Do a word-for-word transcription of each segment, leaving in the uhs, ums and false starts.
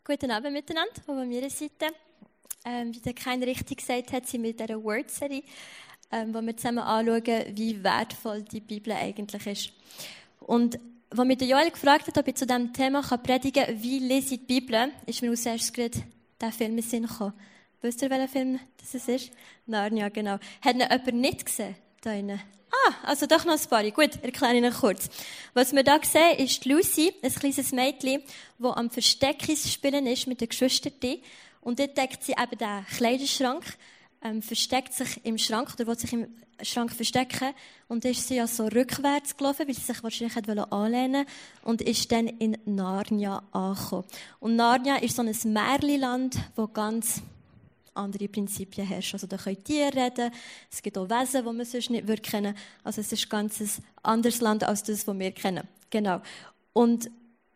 Guten Abend miteinander, auch von meiner Seite. Ähm, wie der Kein richtig gesagt hat, sind wir in dieser Word-Serie, ähm, wo wir zusammen anschauen, wie wertvoll die Bibel eigentlich ist. Und als mich Joel gefragt hat, ob ich zu diesem Thema predigen kann, wie lese ich die Bibel, ist mir als erstes gerade dieser Film in den Sinn gekommen. Wisst ihr, welcher Film das ist? Narnia, genau. Hat ihn jemand nicht gesehen? Da drinnen? Ah, also doch noch ein paar. Gut, erkläre ich Ihnen kurz. Was wir hier sehen, ist Lucy, ein kleines Mädchen, das am Versteckis spielen ist mit den Geschwistern. Und dort deckt sie eben den Kleiderschrank, ähm, versteckt sich im Schrank, oder will sich im Schrank verstecken. Und dann ist sie ja so rückwärts gelaufen, weil sie sich wahrscheinlich anlehnen wollte, und ist dann in Narnia angekommen. Und Narnia ist so ein Märchenland, wo ganz andere Prinzipien herrschen. Also da können Tiere reden, es gibt auch Wesen, die man sonst nicht kennen würde. Also es ist ganz ein anderes Land als das, was wir kennen. Genau. Und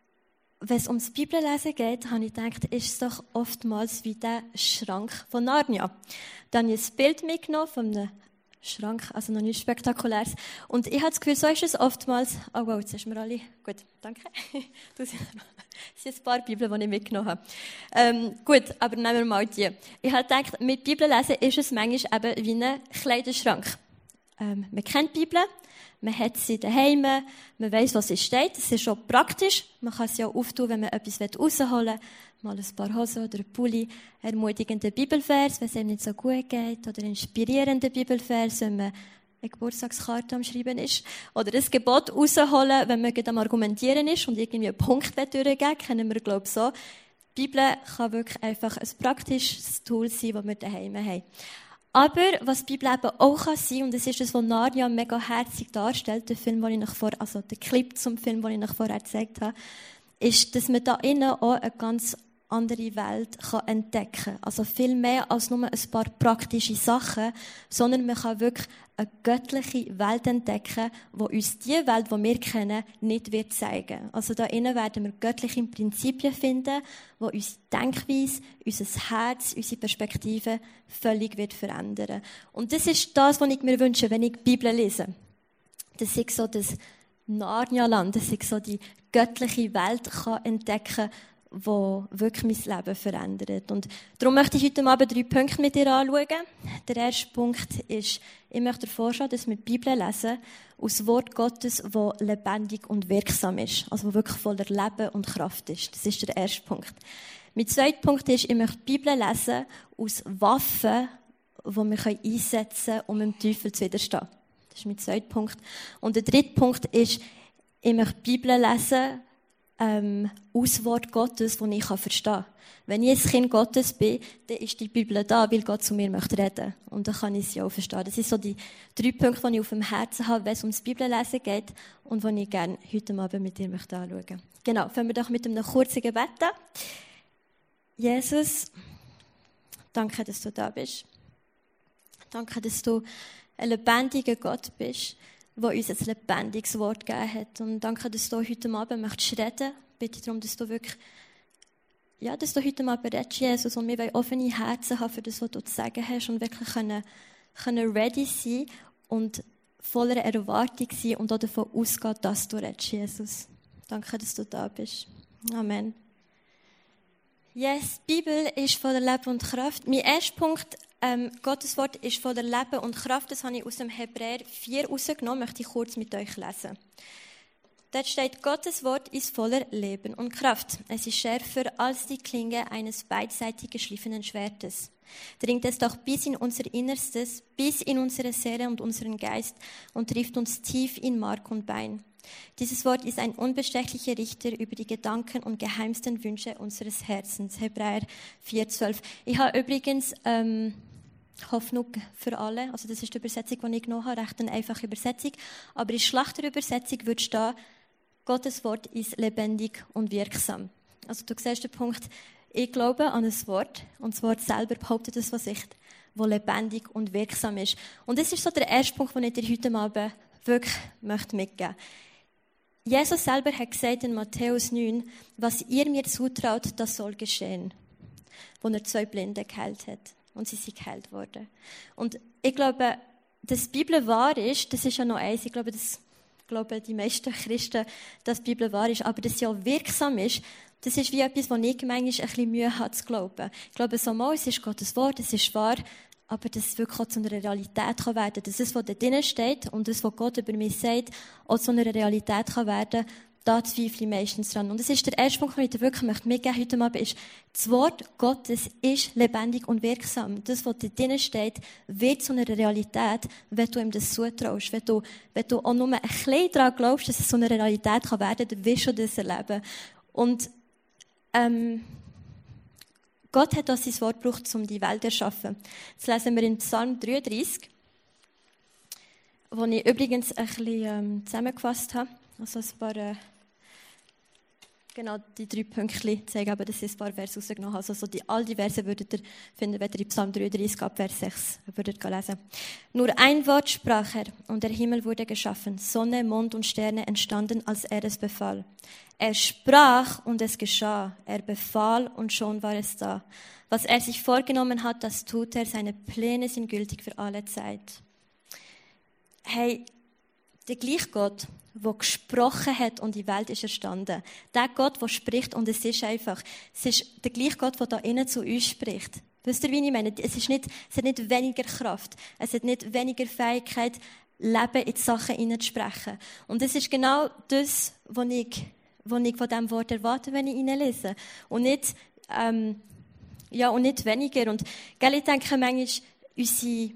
wenn es ums Bibellesen geht, habe ich gedacht, ist es doch oftmals wie der Schrank von Narnia. Dann habe ich ein Bild mitgenommen von einem Schrank, also noch nichts Spektakuläres. Und ich habe das Gefühl, so ist es oftmals. Oh wow, jetzt sind wir alle. Gut, danke. Das sind ein paar Bibeln, die ich mitgenommen habe. Ähm, gut, aber nehmen wir mal die. Ich habe gedacht, mit Bibellesen ist es manchmal eben wie ein Kleiderschrank. Ähm, man kennt die Bibel, man hat sie daheim, man weiss, was es steht. Es ist schon praktisch. Man kann sie auch auftun, wenn man etwas rausholen will. Mal ein paar Hosen oder ein Pulli, ermutigenden Bibelvers, wenn es einem nicht so gut geht, oder inspirierenden Bibelvers, wenn man eine Geburtstagskarte am Schreiben ist, oder ein Gebot rausholen, wenn man gerade am Argumentieren ist und irgendwie einen Punkt durchgeben will, kennen wir, glaube ich, so. Die Bibel kann wirklich einfach ein praktisches Tool sein, das wir daheim haben. Aber was die Bibel eben auch kann sein, und das ist das, was Narnia mega herzig darstellt, der Film, den ich noch vor, also der Clip zum Film, den ich noch vorher gezeigt habe, ist, dass man da innen auch eine ganz andere Welt kann entdecken kann. Also viel mehr als nur ein paar praktische Sachen, sondern man kann wirklich eine göttliche Welt entdecken, die uns die Welt, die wir kennen, nicht wird zeigen. Also da innen werden wir göttliche Prinzipien finden, die unsere Denkweise, unser Herz, unsere Perspektive völlig wird verändern. Und das ist das, was ich mir wünsche, wenn ich die Bibel lese. Dass ich so das Narnia-Land, dass ich so die göttliche Welt kann entdecken kann, wo wirklich mein Leben verändert. Und darum möchte ich heute Abend drei Punkte mit dir anschauen. Der erste Punkt ist, ich möchte dir vorschlagen, dass wir die Bibel lesen, aus dem Wort Gottes, das lebendig und wirksam ist. Also, wo wirklich voller Leben und Kraft ist. Das ist der erste Punkt. Mein zweiter Punkt ist, ich möchte die Bibel lesen, aus Waffen, die wir einsetzen können, um dem Teufel zu widerstehen. Das ist mein zweiter Punkt. Und der dritte Punkt ist, ich möchte die Bibel lesen, Ähm, aus Wort Gottes, das ich verstehen kann. Wenn ich ein Kind Gottes bin, dann ist die Bibel da, weil Gott zu mir möchte reden. Und dann kann ich sie auch verstehen. Das sind so die drei Punkte, die ich auf dem Herzen habe, wenn es ums Bibellesen geht und die ich gerne heute Abend mit dir möchte anschauen möchte. Genau, fangen wir doch mit einem kurzen Gebet an. Jesus, danke, dass du da bist. Danke, dass du ein lebendiger Gott bist, der uns ein lebendiges Wort gegeben hat. Und danke, dass du heute Abend möchtest reden. Bitte darum, dass du wirklich, ja, dass du heute Abend redest, Jesus, und wir wollen offene Herzen haben für das, was du zu sagen hast, und wirklich können, können ready sein und voller Erwartung sein und auch davon ausgehen, dass du redest, Jesus. Danke, dass du da bist. Amen. Yes, die Bibel ist voller Leben und Kraft. Mein erster Punkt, ähm, Gottes Wort ist voller Leben und Kraft. Das habe ich aus dem Hebräer vier rausgenommen, möchte ich kurz mit euch lesen. Dort steht, Gottes Wort ist voller Leben und Kraft. Es ist schärfer als die Klinge eines beidseitig geschliffenen Schwertes. Dringt es doch bis in unser Innerstes, bis in unsere Seele und unseren Geist und trifft uns tief in Mark und Bein. Dieses Wort ist ein unbestechlicher Richter über die Gedanken und geheimsten Wünsche unseres Herzens. Hebräer vier zwölf. Ich habe übrigens ähm, Hoffnung für alle. Also das ist die Übersetzung, die ich genommen habe. Recht eine einfache Übersetzung. Aber in Schlachterübersetzung wird stehen, Gottes Wort ist lebendig und wirksam. Also du siehst den Punkt, ich glaube an ein Wort und das Wort selber behauptet das von sich, das lebendig und wirksam ist. Und das ist so der erste Punkt, den ich dir heute Abend wirklich möchte mitgeben möchte. Jesus selber hat gesagt in Matthäus neun, was ihr mir zutraut, das soll geschehen. Wo er zwei Blinde geheilt hat. Und sie sind geheilt worden. Und ich glaube, dass die Bibel wahr ist, das ist ja noch eins. Ich glaube, das glauben die meisten Christen, dass die Bibel wahr ist. Aber dass sie auch wirksam ist, Das ist wie etwas, was ich manchmal ein bisschen Mühe habe zu glauben. Ich glaube, so mal, es ist Gottes Wort, es ist wahr, aber dass es wirklich auch zu einer Realität kann werden kann. Dass das, was da drinnen steht und das, was Gott über mich sagt, auch zu einer Realität kann werden kann, da zweifle ich meistens dran. Und das ist der erste Punkt, den ich dir wirklich mitgeben möchte heute Abend, ist, das Wort Gottes ist lebendig und wirksam. Das, was da drinnen steht, wird zu einer Realität, wenn du ihm das zutraust. Wenn du, wenn du auch nur ein bisschen daran glaubst, dass es zu einer Realität kann werden kann, dann wirst du das erleben. Und ähm, Gott hat auch sein Wort gebraucht, um die Welt zu erschaffen. Das lesen wir in Psalm dreiunddreißig, wo ich übrigens ein bisschen ähm, zusammengefasst habe. Also ein paar, äh, genau die drei Pünktchen zeigen, aber das ist ein paar Verse rausgenommen. Also so die, all die Verse würdet ihr finden, wenn ihr in Psalm dreiunddreißig ab Vers sechs würdet lesen. Nur ein Wort sprach er, und der Himmel wurde geschaffen. Sonne, Mond und Sterne entstanden, als er es befahl. Er sprach und es geschah. Er befahl und schon war es da. Was er sich vorgenommen hat, das tut er. Seine Pläne sind gültig für alle Zeit. Hey, der gleiche Gott, der gesprochen hat und die Welt ist entstanden. Der Gott, der spricht und es ist einfach. Es ist der gleiche Gott, der da innen zu uns spricht. Wisst ihr, wie ich meine? Es, ist nicht, es hat nicht weniger Kraft. Es hat nicht weniger Fähigkeit, Leben in die Sachen hineinzusprechen. Und das ist genau das, was ich was ich von diesem Wort erwarte, wenn ich ihn lese. Und nicht, ähm, ja, und nicht weniger. Und, gell, ich denke manchmal, unsere,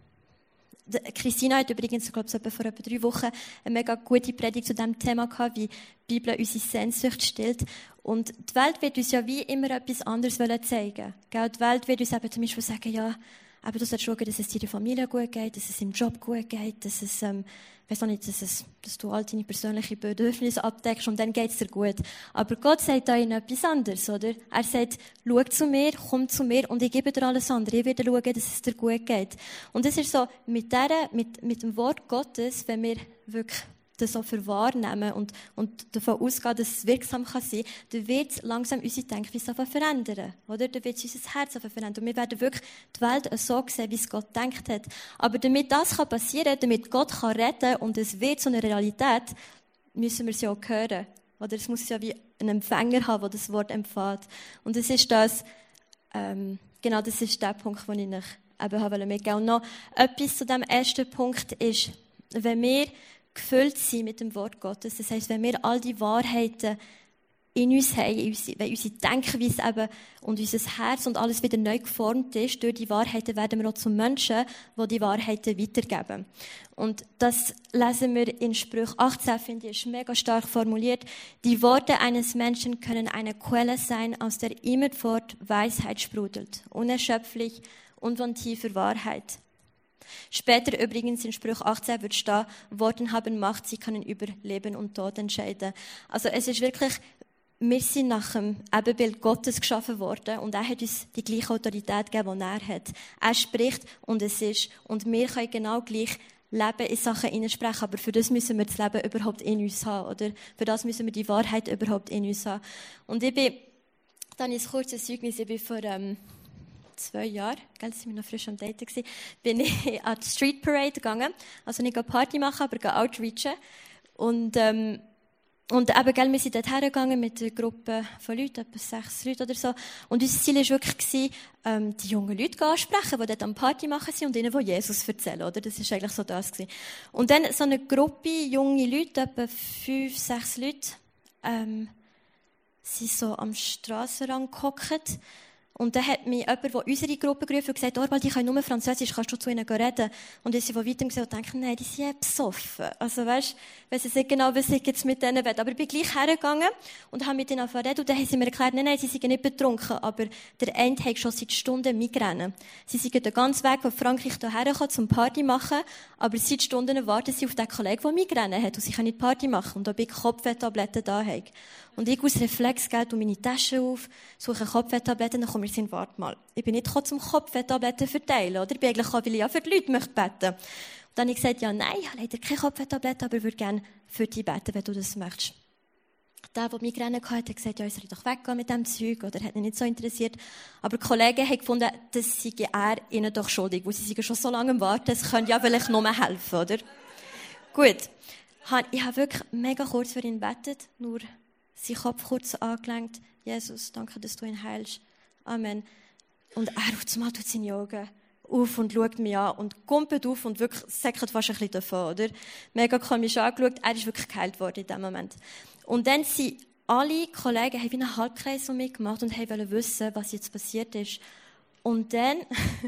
Christina hat übrigens, ich glaube, so vor etwa drei Wochen eine mega gute Predigt zu diesem Thema gehabt, wie die Bibel unsere Sehnsucht stillt. Und die Welt wird uns ja wie immer etwas anderes zeigen. Gell? Die Welt wird uns eben zum Beispiel sagen, ja, aber du sollst schauen, dass es deiner Familie gut geht, dass es im Job gut geht, dass es, ähm, ich weiss auch nicht, dass, es, dass du all deine persönlichen Bedürfnisse abdeckst und dann geht es dir gut. Aber Gott sagt da ihnen etwas anderes, oder? Er sagt, schau zu mir, komm zu mir und ich gebe dir alles andere. Ich werde schauen, dass es dir gut geht. Und es ist so, mit, der, mit, mit dem Wort Gottes, wenn wir wirklich das so für wahrnehmen und, und davon ausgehen, dass es wirksam kann sein kann, dann wird es langsam unsere Denkweise verändern. Oder? Dann wird es unser Herz verändern. Und wir werden wirklich die Welt so sehen, wie es Gott gedacht hat. Aber damit das passieren kann, damit Gott kann retten und es wird so eine Realität, müssen wir es ja auch hören. Oder es muss ja wie einen Empfänger haben, der das Wort empfängt. Und das ist das, ähm, genau das ist der Punkt, den ich euch eben mitgeben wollte. Und noch etwas zu diesem ersten Punkt ist, wenn wir gefüllt sind mit dem Wort Gottes. Das heisst, wenn wir all die Wahrheiten in uns haben, in unsere, wenn unsere Denkweise eben und unser Herz und alles wieder neu geformt ist, durch die Wahrheiten werden wir auch zu Menschen, die die Wahrheiten weitergeben. Und das lesen wir in Sprüche achtzehn, finde ich, ist mega stark formuliert. Die Worte eines Menschen können eine Quelle sein, aus der immerfort Weisheit sprudelt, unerschöpflich und von tiefer Wahrheit. Später übrigens in Sprüche achtzehn wird stehen, Worte haben Macht, sie können über Leben und Tod entscheiden. Also es ist wirklich, wir sind nach dem Ebenbild Gottes geschaffen worden und er hat uns die gleiche Autorität gegeben, die er hat. Er spricht und es ist. Und wir können genau gleich Leben in Sachen hineinsprechen, aber für das müssen wir das Leben überhaupt in uns haben, oder? Für das müssen wir die Wahrheit überhaupt in uns haben. Und ich bin, dann ist ein kurzes Zeugnis, ich bin vor ähm, zwei Jahren, gell, das waren wir noch frisch am Daten gewesen, bin ich an die Street Parade gegangen. Also nicht Party machen, aber outreachen. Und, ähm, und eben, gell, wir sind dort hergegangen mit einer Gruppe von Leuten, etwa sechs Leute oder so. Und unser Ziel war wirklich, ähm, die jungen Leute ansprechen, die dort am Party machen sind und ihnen von Jesus erzählen, oder? Das war eigentlich so das gewesen. Und dann so eine Gruppe junge Leute, etwa fünf, sechs Leute, ähm, sind so am Strassenrand gehockt. Und dann hat mich jemand, der unsere Gruppe gerufen und gesagt, Orwald, die können nur Französisch, kannst du zu ihnen reden? Und ich sie von weitem gesehen und dachte, nein, die sind ja besoffen. Also weisst, ich weiss nicht genau, was ich jetzt mit denen will. Aber ich bin gleich hergegangen und habe mit ihnen angefangen zu reden. Und dann haben sie mir erklärt, nein, nein, sie sind nicht betrunken, aber der eine hat schon seit Stunden Migräne. Sie sind den ganzen Weg von Frankreich hierher gekommen, zum Party machen, aber seit Stunden warten sie auf den Kollegen, der Migräne hat und sie können nicht Party machen. Und da bin ich Kopfwehtabletten da habe. Und ich aus Reflex gehe tu meine Tasche auf, suche Kopfwehtabletten, dann komme ich in warte mal. Ich bin nicht gekommen, zum Kopfwehtabletten verteilen, oder? Ich bin eigentlich gekommen, weil ich ja für die Leute möchte beten. Und dann habe ich gesagt, ja, nein, ich habe leider keine Kopfwehtabletten, aber ich würde gerne für dich beten, wenn du das möchtest. Der, der Migräne hatte, hat gesagt, ja, ich soll doch weggehen mit diesem Zeug, oder hat ihn nicht so interessiert. Aber die Kollegen haben gefunden, das sei er ihnen doch schuldig, weil sie sind schon so lange am Warten, es könnte ja vielleicht nur helfen, oder? Gut. Ich habe wirklich mega kurz für ihn gebetet, nur seinen Kopf kurz angelenkt. Jesus, danke, dass du ihn heilst. Amen. Und er auf einmal tut seine Augen auf und schaut mich an und kumpelt auf und wirklich säckert fast ein bisschen davon, oder? Mega komisch angeschaut. Er ist wirklich geheilt worden in dem Moment. Und dann sind alle Kollegen haben wie einen Halbkreis um mich gemacht und wollten wissen, was jetzt passiert ist. Und dann,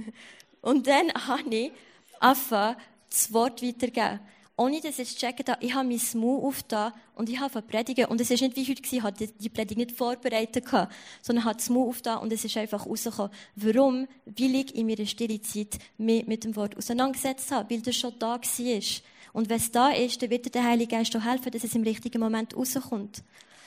und dann habe ich angefangen, das Wort weitergeben. Ohne dass ich checken, ich habe mein Maul aufgetan und ich habe predigen. Und es war nicht wie heute, ich hatte die Predigt nicht vorbereitet, sondern ich habe das Maul aufgetan und es ist einfach rausgekommen. Warum? Weil ich in meiner stillen Zeit mich mit dem Wort auseinandergesetzt habe, weil das schon da war. Und wenn es da ist, dann wird dir der Heilige Geist auch helfen, dass es im richtigen Moment rauskommt.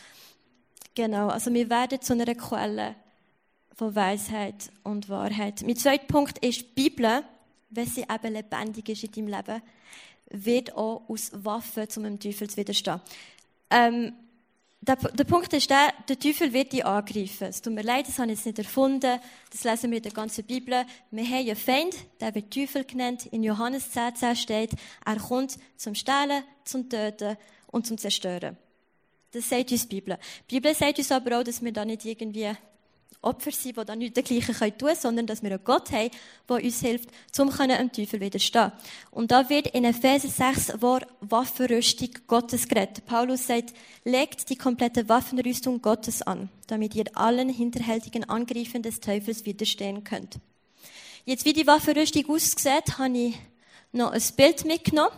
Genau, also wir werden zu einer Quelle von Weisheit und Wahrheit. Mein zweiter Punkt ist, die Bibel, wenn sie eben lebendig ist in deinem Leben, wird auch aus Waffen zum dem Teufel zu widerstehen. Ähm, der, der Punkt ist der, der Teufel wird dich angreifen. Es tut mir leid, das habe ich jetzt nicht erfunden. Das lesen wir in der ganzen Bibel. Wir haben einen Feind, der wird Teufel genannt. In Johannes zehn zehn steht, er kommt zum Stehlen, zum Töten und zum Zerstören. Das sagt uns die Bibel. Die Bibel sagt uns aber auch, dass wir da nicht irgendwie Opfer sind, die da nichts dergleichen tun können, sondern dass wir einen Gott haben, der uns hilft, um dem Teufel widerstehen. Und da wird in Epheser sechs war Waffenrüstung Gottes geredet. Paulus sagt, legt die komplette Waffenrüstung Gottes an, damit ihr allen hinterhältigen Angriffen des Teufels widerstehen könnt. Jetzt, wie die Waffenrüstung aussieht, habe ich noch ein Bild mitgenommen.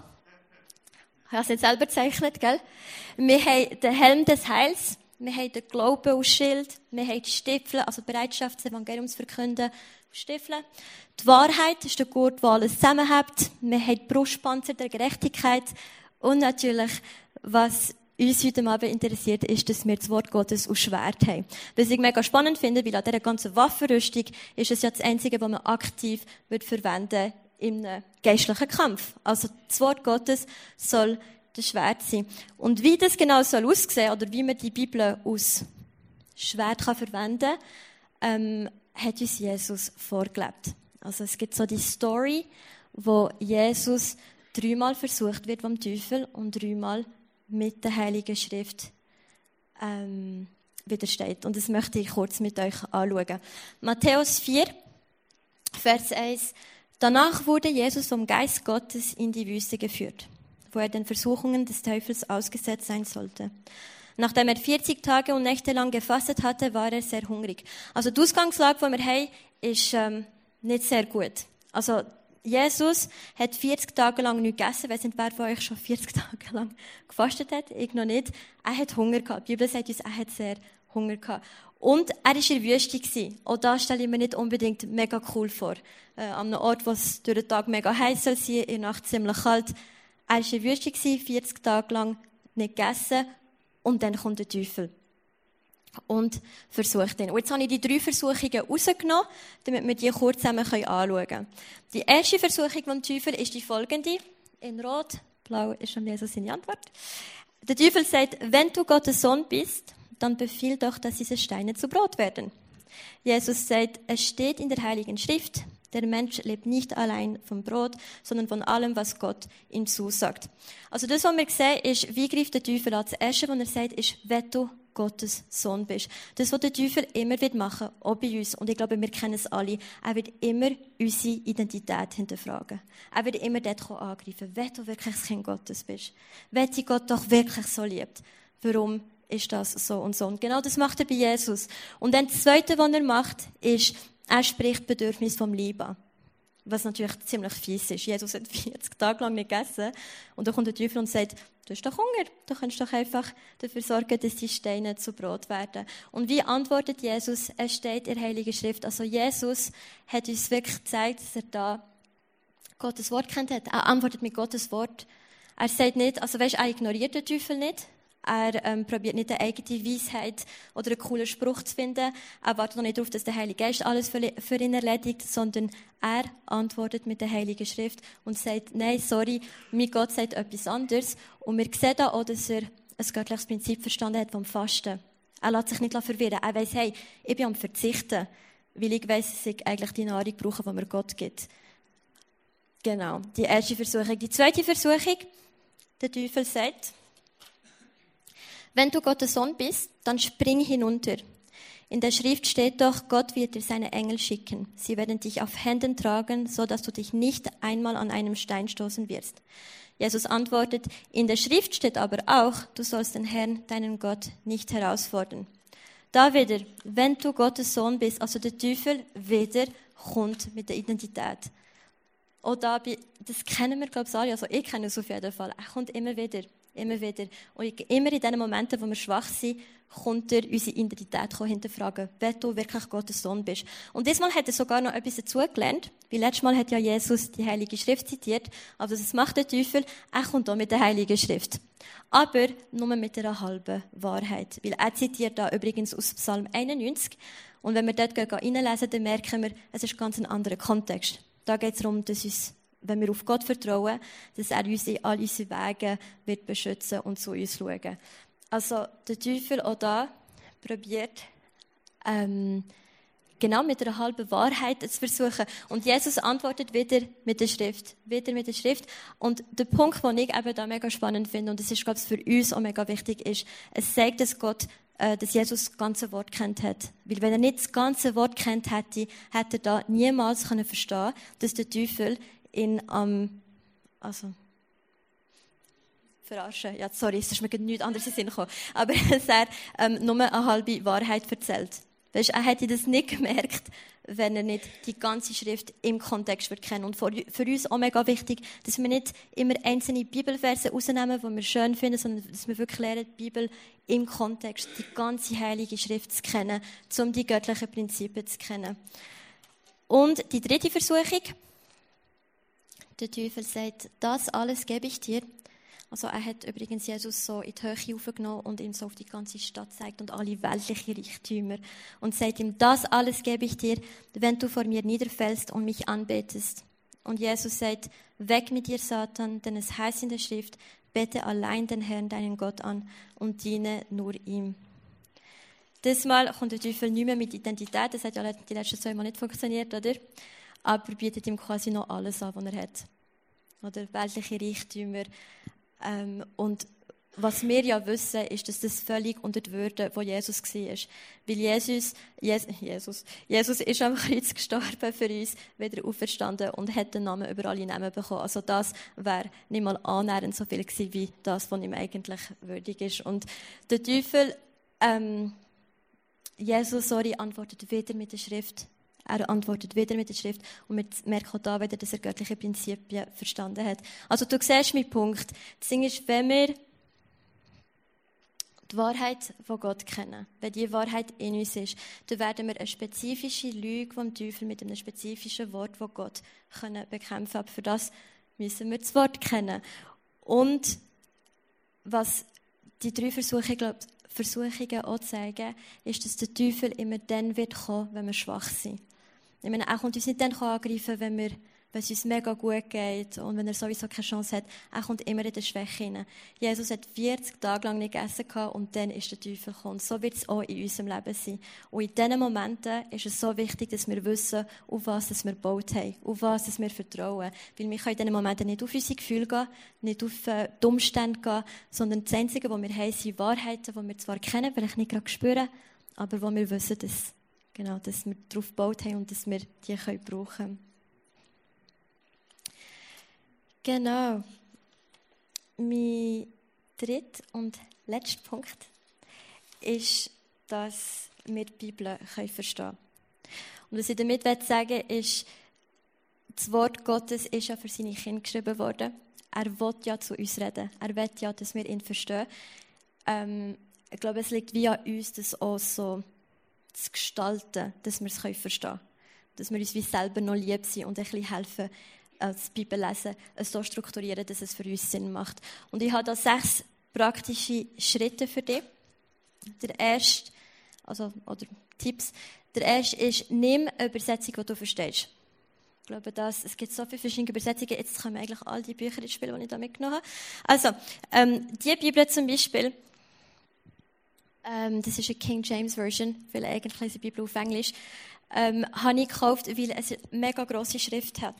Ich habe es jetzt selber gezeichnet, gell? Wir haben den Helm des Heils. Wir haben den Glauben aus Schild, wir haben die Stiefel, also die Bereitschaft, das Evangelium zu verkünden, aus Stiefeln. Die Wahrheit ist der Gurt, der alles zusammenhält. Wir haben die Brustpanzer der Gerechtigkeit. Und natürlich, was uns heute Abend interessiert, ist, dass wir das Wort Gottes aus Schwert haben. Was ich mega spannend finde, weil an dieser ganzen Waffenrüstung ist es ja das Einzige, was man aktiv wird verwenden im geistlichen Kampf. Also das Wort Gottes soll das Schwert sein. Und wie das genau soll aussehen oder wie man die Bibel aus Schwert kann verwenden kann, ähm, hat uns Jesus vorgelebt. Also es gibt so die Story, wo Jesus dreimal versucht wird vom Teufel und dreimal mit der Heiligen Schrift ähm, widersteht. Und das möchte ich kurz mit euch anschauen. Matthäus vier, Vers eins. Danach wurde Jesus vom Geist Gottes in die Wüste geführt, wo er den Versuchungen des Teufels ausgesetzt sein sollte. Nachdem er vierzig Tage und Nächte lang gefastet hatte, war er sehr hungrig. Also die Ausgangslage, die wir haben, ist ähm, nicht sehr gut. Also Jesus hat vierzig Tage lang nichts gegessen. Ich weiss nicht, wer von euch schon vierzig Tage lang gefastet hat. Ich noch nicht. Er hat Hunger gehabt. Die Bibel sagt uns, er hat sehr Hunger gehabt. Und er war in der Wüste gewesen. Auch das stelle ich mir nicht unbedingt mega cool vor. Äh, an einem Ort, wo es durch den Tag mega heiß soll sein, in der Nacht ziemlich kalt. Er war in der Wüste, vierzig Tage lang nicht gegessen. Und dann kommt der Teufel. Und versucht ihn. Und jetzt habe ich die drei Versuchungen rausgenommen, damit wir die kurz zusammen anschauen können. Die erste Versuchung vom Teufel ist die folgende. In Rot, Blau ist schon Jesus seine Antwort. Der Teufel sagt, wenn du Gottes Sohn bist, dann befiehl doch, dass diese Steine zu Brot werden. Jesus sagt, es steht in der Heiligen Schrift, der Mensch lebt nicht allein vom Brot, sondern von allem, was Gott ihm zusagt. Also das, was wir sehen, ist, wie greift der Teufel an. Das Erste, was er sagt, ist, wenn du Gottes Sohn bist. Das, was der Teufel immer wird machen, auch bei uns, und ich glaube, wir kennen es alle, er wird immer unsere Identität hinterfragen. Er wird immer dort angreifen, wenn du wirklich das Kind Gottes bist. Wenn dich Gott doch wirklich so liebt. Warum ist das so und so? Und genau das macht er bei Jesus. Und dann das Zweite, was er macht, ist, er spricht Bedürfnis vom Leib an. Was natürlich ziemlich fies ist. Jesus hat vierzig Tage lang nicht gegessen. Und dann kommt der Teufel und sagt, du hast doch Hunger. Du kannst doch einfach dafür sorgen, dass die Steine zu Brot werden. Und wie antwortet Jesus? Es steht in der Heiligen Schrift. Also Jesus hat uns wirklich gezeigt, dass er da Gottes Wort kennt hat. Er antwortet mit Gottes Wort. Er sagt nicht, also weisst, er ignoriert den Teufel nicht. Er ähm, probiert nicht eine eigene Weisheit oder einen coolen Spruch zu finden. Er wartet noch nicht darauf, dass der Heilige Geist alles für, für ihn erledigt, sondern er antwortet mit der Heiligen Schrift und sagt, nein, sorry, mein Gott sagt etwas anderes. Und wir sehen da auch, dass er ein göttliches Prinzip verstanden hat vom Fasten. Er lässt sich nicht verwirren. Er weiss, hey, ich bin am Verzichten, weil ich weiss, dass ich eigentlich die Nahrung brauche, die mir Gott gibt. Genau, die erste Versuchung. Die zweite Versuchung, der Teufel sagt, Wenn du Gottes Sohn bist, dann spring hinunter. In der Schrift steht doch, Gott wird dir seine Engel schicken. Sie werden dich auf Händen tragen, so dass du dich nicht einmal an einem Stein stoßen wirst. Jesus antwortet, in der Schrift steht aber auch, du sollst den Herrn, deinen Gott, nicht herausfordern. Da wieder, wenn du Gottes Sohn bist, also der Teufel wieder kommt mit der Identität. Oder das kennen wir, glaube ich, alle, also ich kenne es auf jeden Fall. Er kommt immer wieder, immer wieder. Und immer in den Momenten, wo wir schwach sind, kommt er unsere Identität hinterfragen, wenn du wirklich Gottes Sohn bist. Und diesmal hat er sogar noch etwas dazugelernt, weil letztes Mal hat ja Jesus die Heilige Schrift zitiert, aber das macht der Teufel, er kommt auch mit der Heiligen Schrift. Aber nur mit einer halben Wahrheit, weil er zitiert da übrigens aus Psalm einundneunzig und wenn wir dort reinlesen, dann merken wir, es ist ganz ein anderer Kontext. Da geht es darum, dass uns, wenn wir auf Gott vertrauen, dass er uns in all unsere Wege wird beschützen und zu uns schauen. Also der Teufel auch da probiert, ähm, genau mit einer halben Wahrheit zu versuchen. Und Jesus antwortet wieder mit der Schrift. Wieder mit der Schrift. Und der Punkt, den ich eben da mega spannend finde, und das ist, glaube ich, für uns auch mega wichtig, ist, es sagt, dass Gott, äh, dass Jesus das ganze Wort kennt hat. Weil wenn er nicht das ganze Wort kennt hätte, hätte er da niemals können verstehen, dass der Teufel ihn am, ähm, also, verarschen. Ja, sorry, es ist mir nichts anderes in den Sinn gekommen. Aber dass er ähm, nur eine halbe Wahrheit erzählt. Weißt, er hätte das nicht gemerkt, wenn er nicht die ganze Schrift im Kontext wird kennen. Und für, für uns auch mega wichtig, dass wir nicht immer einzelne Bibelverse rausnehmen, die wir schön finden, sondern dass wir wirklich lernen, die Bibel im Kontext, die ganze Heilige Schrift zu kennen, um die göttlichen Prinzipien zu kennen. Und die dritte Versuchung. Der Teufel sagt, das alles gebe ich dir. Also er hat übrigens Jesus so in die Höhe aufgenommen und ihm so auf die ganze Stadt gezeigt und alle weltlichen Reichtümer und sagt ihm, das alles gebe ich dir, wenn du vor mir niederfällst und mich anbetest. Und Jesus sagt, weg mit dir, Satan, denn es heißt in der Schrift, bete allein den Herrn, deinen Gott an und diene nur ihm. Diesmal kommt der Teufel nicht mehr mit Identität, das hat ja die letzten zwei Mal nicht funktioniert, oder? Aber bietet ihm quasi noch alles an, was er hat. Oder weltliche Reichtümer. Ähm, und was wir ja wissen, ist, dass das völlig unter die Würde, wo Jesus war. Weil Jesus, Jesus, Jesus, Jesus ist am Kreuz gestorben für uns, wieder auferstanden und hat den Namen über alle Namen bekommen. Also das wäre nicht mal annähernd so viel gewesen, wie das, was ihm eigentlich würdig ist. Und der Teufel, ähm, Jesus, sorry, antwortet wieder mit der Schrift. Er antwortet wieder mit der Schrift und wir merken auch da wieder, dass er göttliche Prinzipien verstanden hat. Also du siehst meinen Punkt. Das Ding ist, wenn wir die Wahrheit von Gott kennen, wenn die Wahrheit in uns ist, dann werden wir eine spezifische Lüge vom Teufel mit einem spezifischen Wort von Gott können bekämpfen. Aber für das müssen wir das Wort kennen. Und was die drei Versuche, glaube ich, Versuchungen auch zeigen, ist, dass der Teufel immer dann wird kommen, wenn wir schwach sind. Ich meine, er kommt uns nicht dann angreifen, wenn, wir, wenn es uns mega gut geht und wenn er sowieso keine Chance hat. Er kommt immer in der Schwäche hinein. Jesus hat vierzig Tage lang nicht gegessen und dann ist der Teufel gekommen. So wird es auch in unserem Leben sein. Und in diesen Momenten ist es so wichtig, dass wir wissen, auf was wir gebaut haben, auf was wir vertrauen. Weil wir können in diesen Momenten nicht auf unsere Gefühle gehen, nicht auf die Umstände gehen, sondern das Einzige, was wir haben, sind Wahrheiten, die wir zwar kennen, vielleicht nicht gerade spüren, aber wo wir wissen, dass, genau, dass wir darauf gebaut haben und dass wir die können brauchen können. Genau. Mein dritter und letzter Punkt ist, dass wir die Bibel verstehen können. Und was ich damit sagen will, ist, das Wort Gottes ist ja für seine Kinder geschrieben worden. Er will ja zu uns reden. Er will ja, dass wir ihn verstehen. Ähm, ich glaube, es liegt wie an uns, das auch so zu gestalten, dass wir es verstehen können. Dass wir uns wie selber noch lieb sind und ein bisschen helfen, das Bibel lesen, es so strukturieren, dass es für uns Sinn macht. Und ich habe da sechs praktische Schritte für dich. Der erste, also, oder Tipps. Der erste ist, nimm eine Übersetzung, die du verstehst. Ich glaube, das, es gibt so viele verschiedene Übersetzungen. Jetzt kommen eigentlich all die Bücher ins Spiel, die ich da mitgenommen habe. Also, ähm, die Bibel zum Beispiel, ähm, das ist eine King James Version, weil eigentlich ist die Bibel auf Englisch, ähm, habe ich gekauft, weil es eine mega grosse Schrift hat.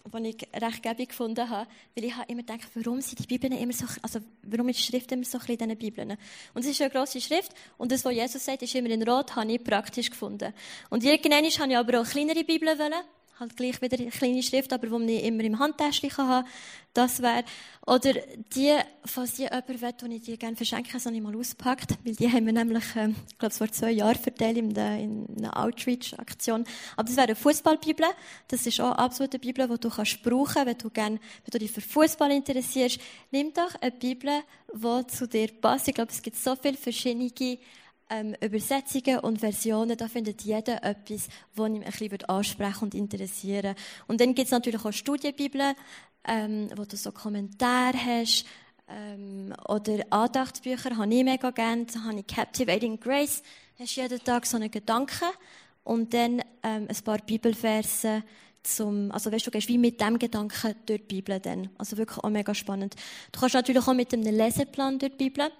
die ich recht gäbig gefunden habe, weil ich habe immer gedacht, warum sind die Bibeln immer so, also warum ist die Schrift immer so klein in diesen Bibeln? Und es ist eine grosse Schrift und das, was Jesus sagt, ist immer in Rot, habe ich praktisch gefunden. Und irgendwann habe ich aber auch kleinere Bibeln wollen, halt gleich wieder eine kleine Schrift, aber die ich immer im Handtäschchen haben kann. Das wäre, oder die, falls die jemand will, die ich dir gerne verschenken, habe ich mal ausgepackt, weil die haben wir nämlich, äh, ich glaube, vor zwei Jahren verteilt in, der, in einer Outreach-Aktion. Aber das wäre eine Fußballbibel. Das ist auch absolut eine Bibel, die du kannst brauchen, wenn du gerne, wenn du dich für Fußball interessierst. Nimm doch eine Bibel, die zu dir passt. Ich glaube, es gibt so viele verschiedene Ähm, Übersetzungen und Versionen, da findet jeder etwas, das ihn ein bisschen ansprechen und interessieren. Und dann gibt es natürlich auch Studienbibeln, ähm, wo du so Kommentare hast, ähm, oder Andachtsbücher, habe ich mega gerne. Da habe ich Captivating Grace, hast jeden Tag so einen Gedanken und dann ähm, ein paar Bibelverse zum, also weißt du, du gehst wie mit dem Gedanken durch die Bibel dann. Also wirklich auch mega spannend. Du kannst natürlich auch mit einem Leseplan durch die Bibel.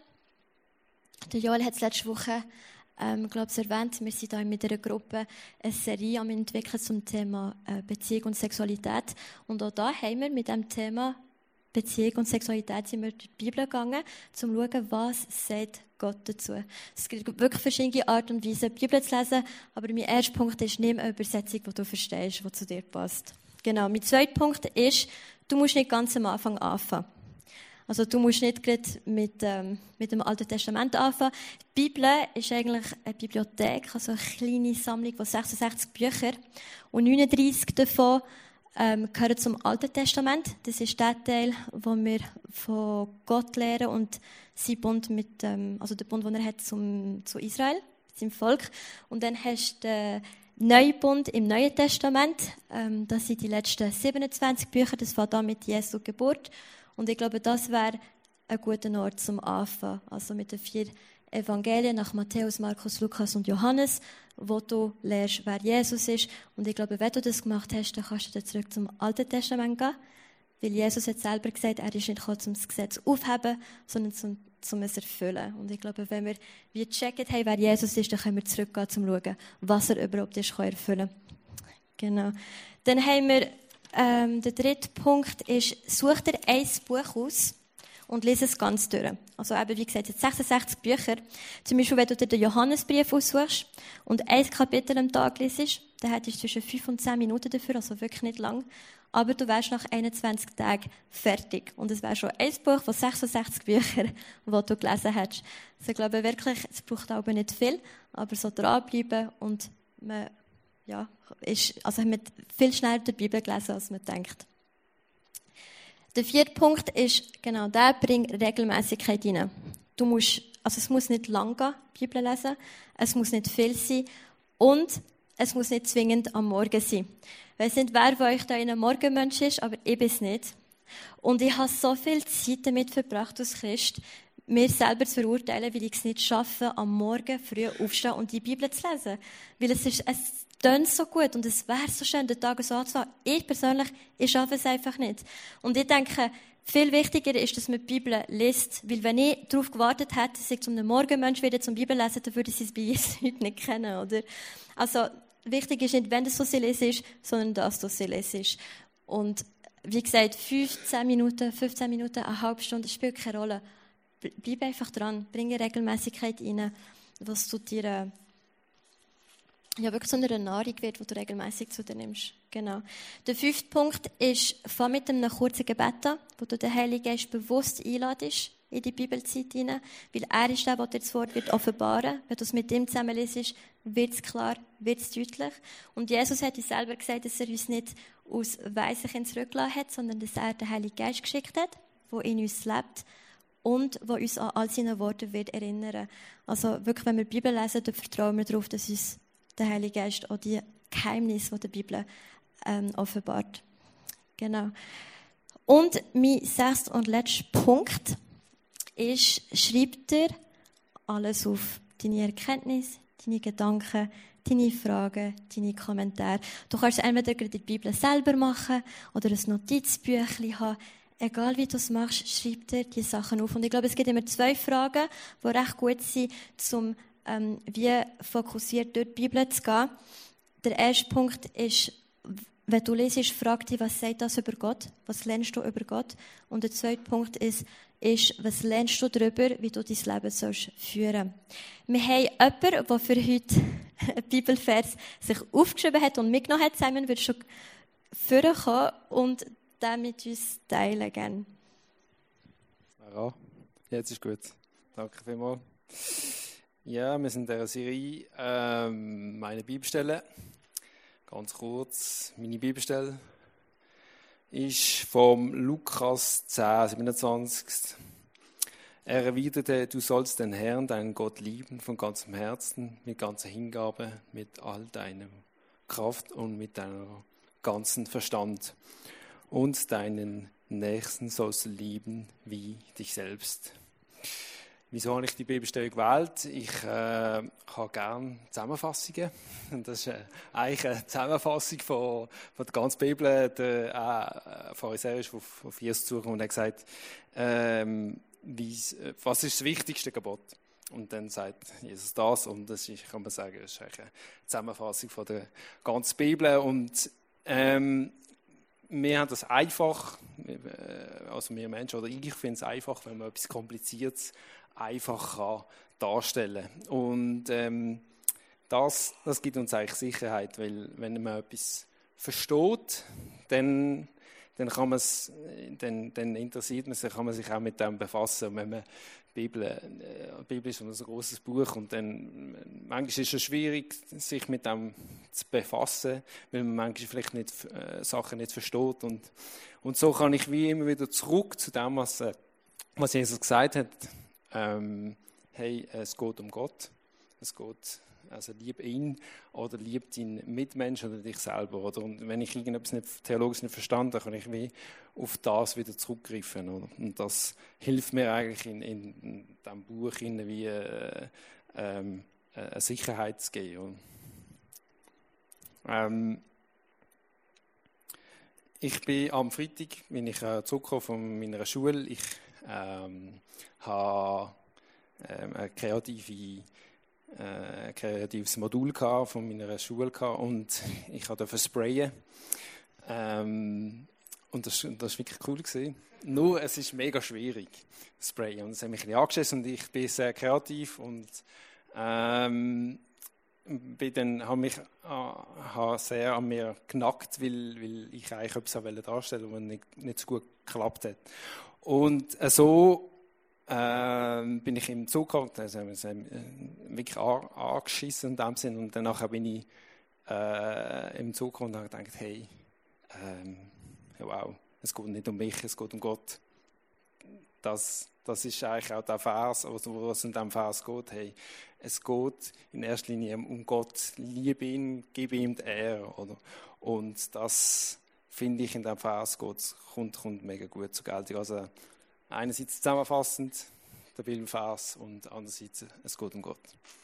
Der Joel hat es letzte Woche, ähm, glaube ich, erwähnt. Wir sind da mit einer Gruppe eine Serie am entwickeln zum Thema äh, Beziehung und Sexualität. Und auch da haben wir mit dem Thema Beziehung und Sexualität sind wir durch die Bibel gegangen, um zu schauen, was sagt Gott dazu. Es gibt wirklich verschiedene Arten und Weisen, die Bibel zu lesen. Aber mein erster Punkt ist, nimm eine Übersetzung, die du verstehst, die zu dir passt. Genau. Mein zweiter Punkt ist, du musst nicht ganz am Anfang anfangen. Also du musst nicht gerade mit, ähm, mit dem Alten Testament anfangen. Die Bibel ist eigentlich eine Bibliothek, also eine kleine Sammlung von sechsundsechzig Büchern. Und neununddreissig davon ähm, gehören zum Alten Testament. Das ist der Teil, wo wir von Gott lernen und sein Bund mit, ähm, also der Bund, den er hat zum, zu Israel, seinem Volk. Und dann hast du den neuen Bund im Neuen Testament. Ähm, das sind die letzten siebenundzwanzig Bücher. Das fängt an mit Jesu Geburt. Und ich glaube, das wäre ein guter Ort zum Anfangen. Also mit den vier Evangelien nach Matthäus, Markus, Lukas und Johannes, wo du lernst, wer Jesus ist. Und ich glaube, wenn du das gemacht hast, dann kannst du dann zurück zum Alten Testament gehen. Weil Jesus hat selber gesagt, er ist nicht gekommen, um das Gesetz aufzuheben, sondern zum, zum es erfüllen. Und ich glaube, wenn wir wie checken haben, wer Jesus ist, dann können wir zurückgehen, um zu schauen, was er überhaupt ist, kann erfüllen. Genau. Dann haben wir Ähm, der dritte Punkt ist, such dir ein Buch aus und lese es ganz durch. Also eben, wie gesagt, jetzt sechsundsechzig Bücher. Zum Beispiel, wenn du dir den Johannesbrief aussuchst und ein Kapitel am Tag liest, dann hättest du zwischen fünf und zehn Minuten dafür, also wirklich nicht lang. Aber du wärst nach einundzwanzig Tagen fertig. Und es wäre schon ein Buch von sechsundsechzig Büchern, das du gelesen hast. Also ich glaube wirklich, es braucht aber nicht viel, aber so dranbleiben und man ja, ist, also haben wir viel schneller die Bibel gelesen, als man denkt. Der vierte Punkt ist, genau, der bringt Regelmäßigkeit rein. Du musst, also es muss nicht lang gehen, die Bibel lesen, es muss nicht viel sein und es muss nicht zwingend am Morgen sein. Ich weiss nicht, wer von euch da ein Morgenmensch ist, aber ich bin es nicht. Und ich habe so viel Zeit damit verbracht als Christ, mir selber zu verurteilen, weil ich es nicht schaffe, am Morgen früh aufzustehen und die Bibel zu lesen. Weil es ist, es tönt so gut und es wäre so schön, den Tag so anzufangen. Ich persönlich, ich schaffe es einfach nicht. Und ich denke, viel wichtiger ist, dass man die Bibel liest. Weil wenn ich darauf gewartet hätte, dass ich zum Morgenmensch wieder zum Bibel lesen, dann würde ich es bei Jesus heute nicht kennen, oder? Also, wichtig ist nicht, wenn du so sie lesest, sondern dass du sie lesest. Und, wie gesagt, fünfzehn Minuten, fünfzehn Minuten, eine halbe Stunde, das spielt keine Rolle. Bleib einfach dran, bringe Regelmäßigkeit rein, was du dir, äh, ja, wirklich so eine Nahrung wird, die du regelmäßig zu dir nimmst. Genau. Der fünfte Punkt ist, fang mit einem kurzen Gebet an, wo du den Heiligen Geist bewusst einladest in die Bibelzeit hinein, weil er ist der, der dir das Wort wird offenbaren. Wenn du es mit ihm zusammen liest, wird es klar, wird es deutlich. Und Jesus hat uns selber gesagt, dass er uns nicht aus Weisheit ins Rücklassen hat, sondern dass er den Heiligen Geist geschickt hat, der in uns lebt und der uns an all seine Worte wird erinnern. Also wirklich, wenn wir die Bibel lesen, dann vertrauen wir darauf, dass uns der Heilige Geist auch die Geheimnisse der Bibel ähm, offenbart. Genau. Und mein sechster und letzter Punkt ist, schreib dir alles auf. Deine Erkenntnisse, deine Gedanken, deine Fragen, deine Kommentare. Du kannst es entweder die Bibel selber machen oder ein Notizbüchlein haben. Egal wie du es machst, schreib dir die Sachen auf. Und ich glaube, es gibt immer zwei Fragen, die recht gut sind, um ähm, wie fokussiert durch die Bibel zu gehen. Der erste Punkt ist, wenn du lesest, frag dich, was sagt das über Gott? Was lernst du über Gott? Und der zweite Punkt ist, ist, was lernst du darüber, wie du dein Leben sollst führen? Wir haben jemanden, der für heute einen Bibelvers sich aufgeschrieben hat und mitgenommen hat. Simon, würdest du vorkommen und den mit uns teilen gerne? Ja, jetzt ist gut. Danke vielmals. Ja, wir sind in dieser Serie ähm, meine Bibelstelle. Ganz kurz, meine Bibelstelle ist vom Lukas zehn, siebenundzwanzig. Er erwiderte, du sollst den Herrn, deinen Gott lieben, von ganzem Herzen, mit ganzer Hingabe, mit all deiner Kraft und mit deinem ganzen Verstand. Und deinen Nächsten sollst du lieben wie dich selbst. Wieso habe ich die Bibelstelle gewählt? Ich äh, habe gerne Zusammenfassungen. Das ist äh, eigentlich eine Zusammenfassung von, von der ganzen Bibel. Der äh, Pharisäer ist auf, auf Jesus zugekommen und hat gesagt, ähm, wie, was ist das wichtigste Gebot? Und dann sagt Jesus das, und das ist, kann man sagen, das ist eigentlich eine Zusammenfassung von der ganzen Bibel. Und ähm, wir haben das einfach, also wir Menschen, oder ich finde es einfach, wenn man etwas Kompliziertes einfach kann darstellen kann. Und ähm, das, das gibt uns eigentlich Sicherheit, weil wenn man etwas versteht, dann, dann, kann man's, dann, dann interessiert man sich, kann man sich auch mit dem befassen. Und wenn man die Bibel, äh, die Bibel ist ein großes Buch, und dann manchmal ist es schon schwierig, sich mit dem zu befassen, weil man manchmal vielleicht nicht, äh, Sachen nicht versteht. Und, und so kann ich wie immer wieder zurück zu dem, was, äh, was Jesus gesagt hat. Ähm, hey, es geht um Gott. Es geht, also lieb ihn oder lieb deinen Mitmensch oder dich selber. Oder? Und wenn ich irgendetwas nicht, theologisch nicht verstanden habe, kann ich wie auf das wieder zurückgreifen. Oder? Und das hilft mir eigentlich in, in, in diesem Buch wie äh, ähm, eine Sicherheit zu geben. Ähm, ich bin am Freitag, bin ich äh, zurückgekommen von meiner Schule. Ich ähm, habe ähm, ein kreative, äh, kreatives Modul von meiner Schule und ich durfte sprayen. Ähm, und das, das war wirklich cool gewesen. Nur, es ist mega schwierig, sprayen. Und es hat mich ein bisschen angeschissen und ich bin sehr kreativ und ähm, bin dann, habe mich äh, habe sehr an mir genackt, weil, weil ich eigentlich etwas darstellen wollte, was nicht, nicht so gut geklappt hat. Und äh, so äh, bin ich im Zug gekommen, also haben wir uns äh, wirklich an, angeschissen in dem Sinn. Und danach bin ich äh, im Zug gekommen und habe gedacht, hey, ähm, wow, es geht nicht um mich, es geht um Gott. Das, das ist eigentlich auch der Vers, also was in diesem Vers geht. Hey, es geht in erster Linie um Gott, liebe ihn, gib ihm die Ehre. Oder? Und das finde ich in diesem Vers geht, kommt, kommt mega gut zur Geltung. Also einerseits zusammenfassend der Bibelvers und andererseits es geht um Gott.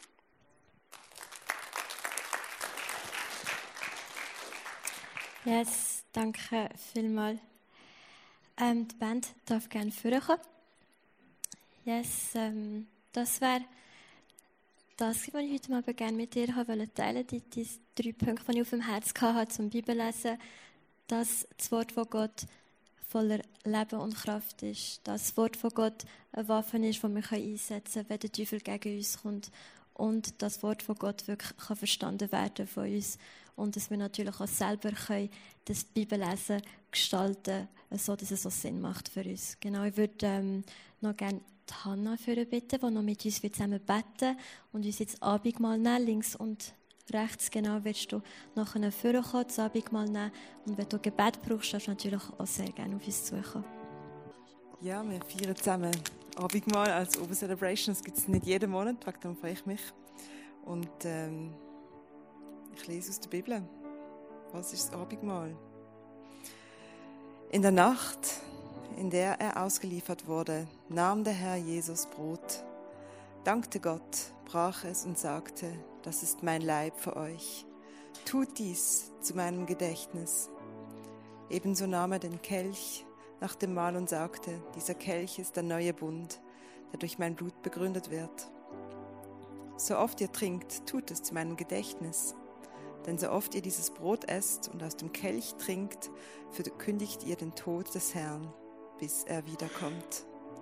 Yes, danke vielmals. Ähm, die Band darf gerne vorkommen. Yes, ähm, das wäre das, was ich heute mal gerne mit dir wollte teilen, die, die drei Punkte, die ich auf dem Herz hatte zum Bibellesen. Dass das Wort von Gott voller Leben und Kraft ist. Dass das Wort von Gott eine Waffe ist, die wir einsetzen können, wenn der Teufel gegen uns kommt. Und das Wort von Gott wirklich kann verstanden werden von uns. Und dass wir natürlich auch selber können das Bibellesen gestalten können, so dass es so Sinn macht für uns. Genau, ich würde ähm, noch gerne die Hanna für bitten, die noch mit uns zusammen beten und uns jetzt Abendmahl nehmen, links und rechts, genau, wirst du nachher vorkommen, das Abendmahl nehmen. Und wenn du Gebet brauchst, darfst du natürlich auch sehr gerne auf uns zukommen. Ja, wir feiern zusammen Abendmahl als Ober Celebration. Das gibt es nicht jeden Monat, wegen dem freue ich mich. Und ähm, ich lese aus der Bibel. Was ist das Abendmahl? In der Nacht, in der er ausgeliefert wurde, nahm der Herr Jesus Brot, dankte Gott, brach es und sagte, das ist mein Leib für euch. Tut dies zu meinem Gedächtnis. Ebenso nahm er den Kelch nach dem Mahl und sagte, dieser Kelch ist der neue Bund, der durch mein Blut begründet wird. So oft ihr trinkt, tut es zu meinem Gedächtnis. Denn so oft ihr dieses Brot esst und aus dem Kelch trinkt, verkündigt ihr den Tod des Herrn, bis er wiederkommt.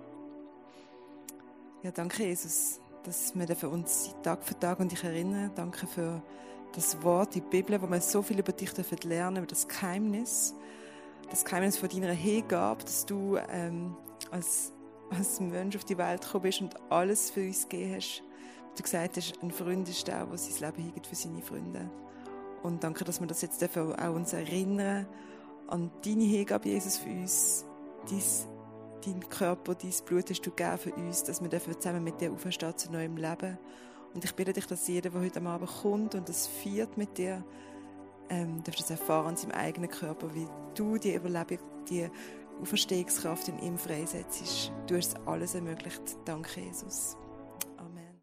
Ja, danke Jesus, dass wir für uns Tag für Tag an dich erinnern. Danke für das Wort, die Bibel, wo wir so viel über dich lernen dürfen, über das Geheimnis, das Geheimnis von deiner Hingabe, dass du ähm, als, als Mensch auf die Welt gekommen bist und alles für uns gegeben hast. Du gesagt hast, ein Freund ist der, der sein Leben hingibt für seine Freunde. Und danke, dass wir das jetzt auch uns erinnern an deine Hingabe, Jesus, für uns. Dein, dein Körper, dein Blut hast du gegeben für uns, dass wir zusammen mit dir auferstehen zu neuem Leben. Und ich bitte dich, dass jeder, der heute am Abend kommt und das feiert mit dir, ähm, darf das erfahren in seinem eigenen Körper, wie du die Überlebung, die Auferstehungskraft in ihm freisetzt. Du hast alles ermöglicht. Danke, Jesus.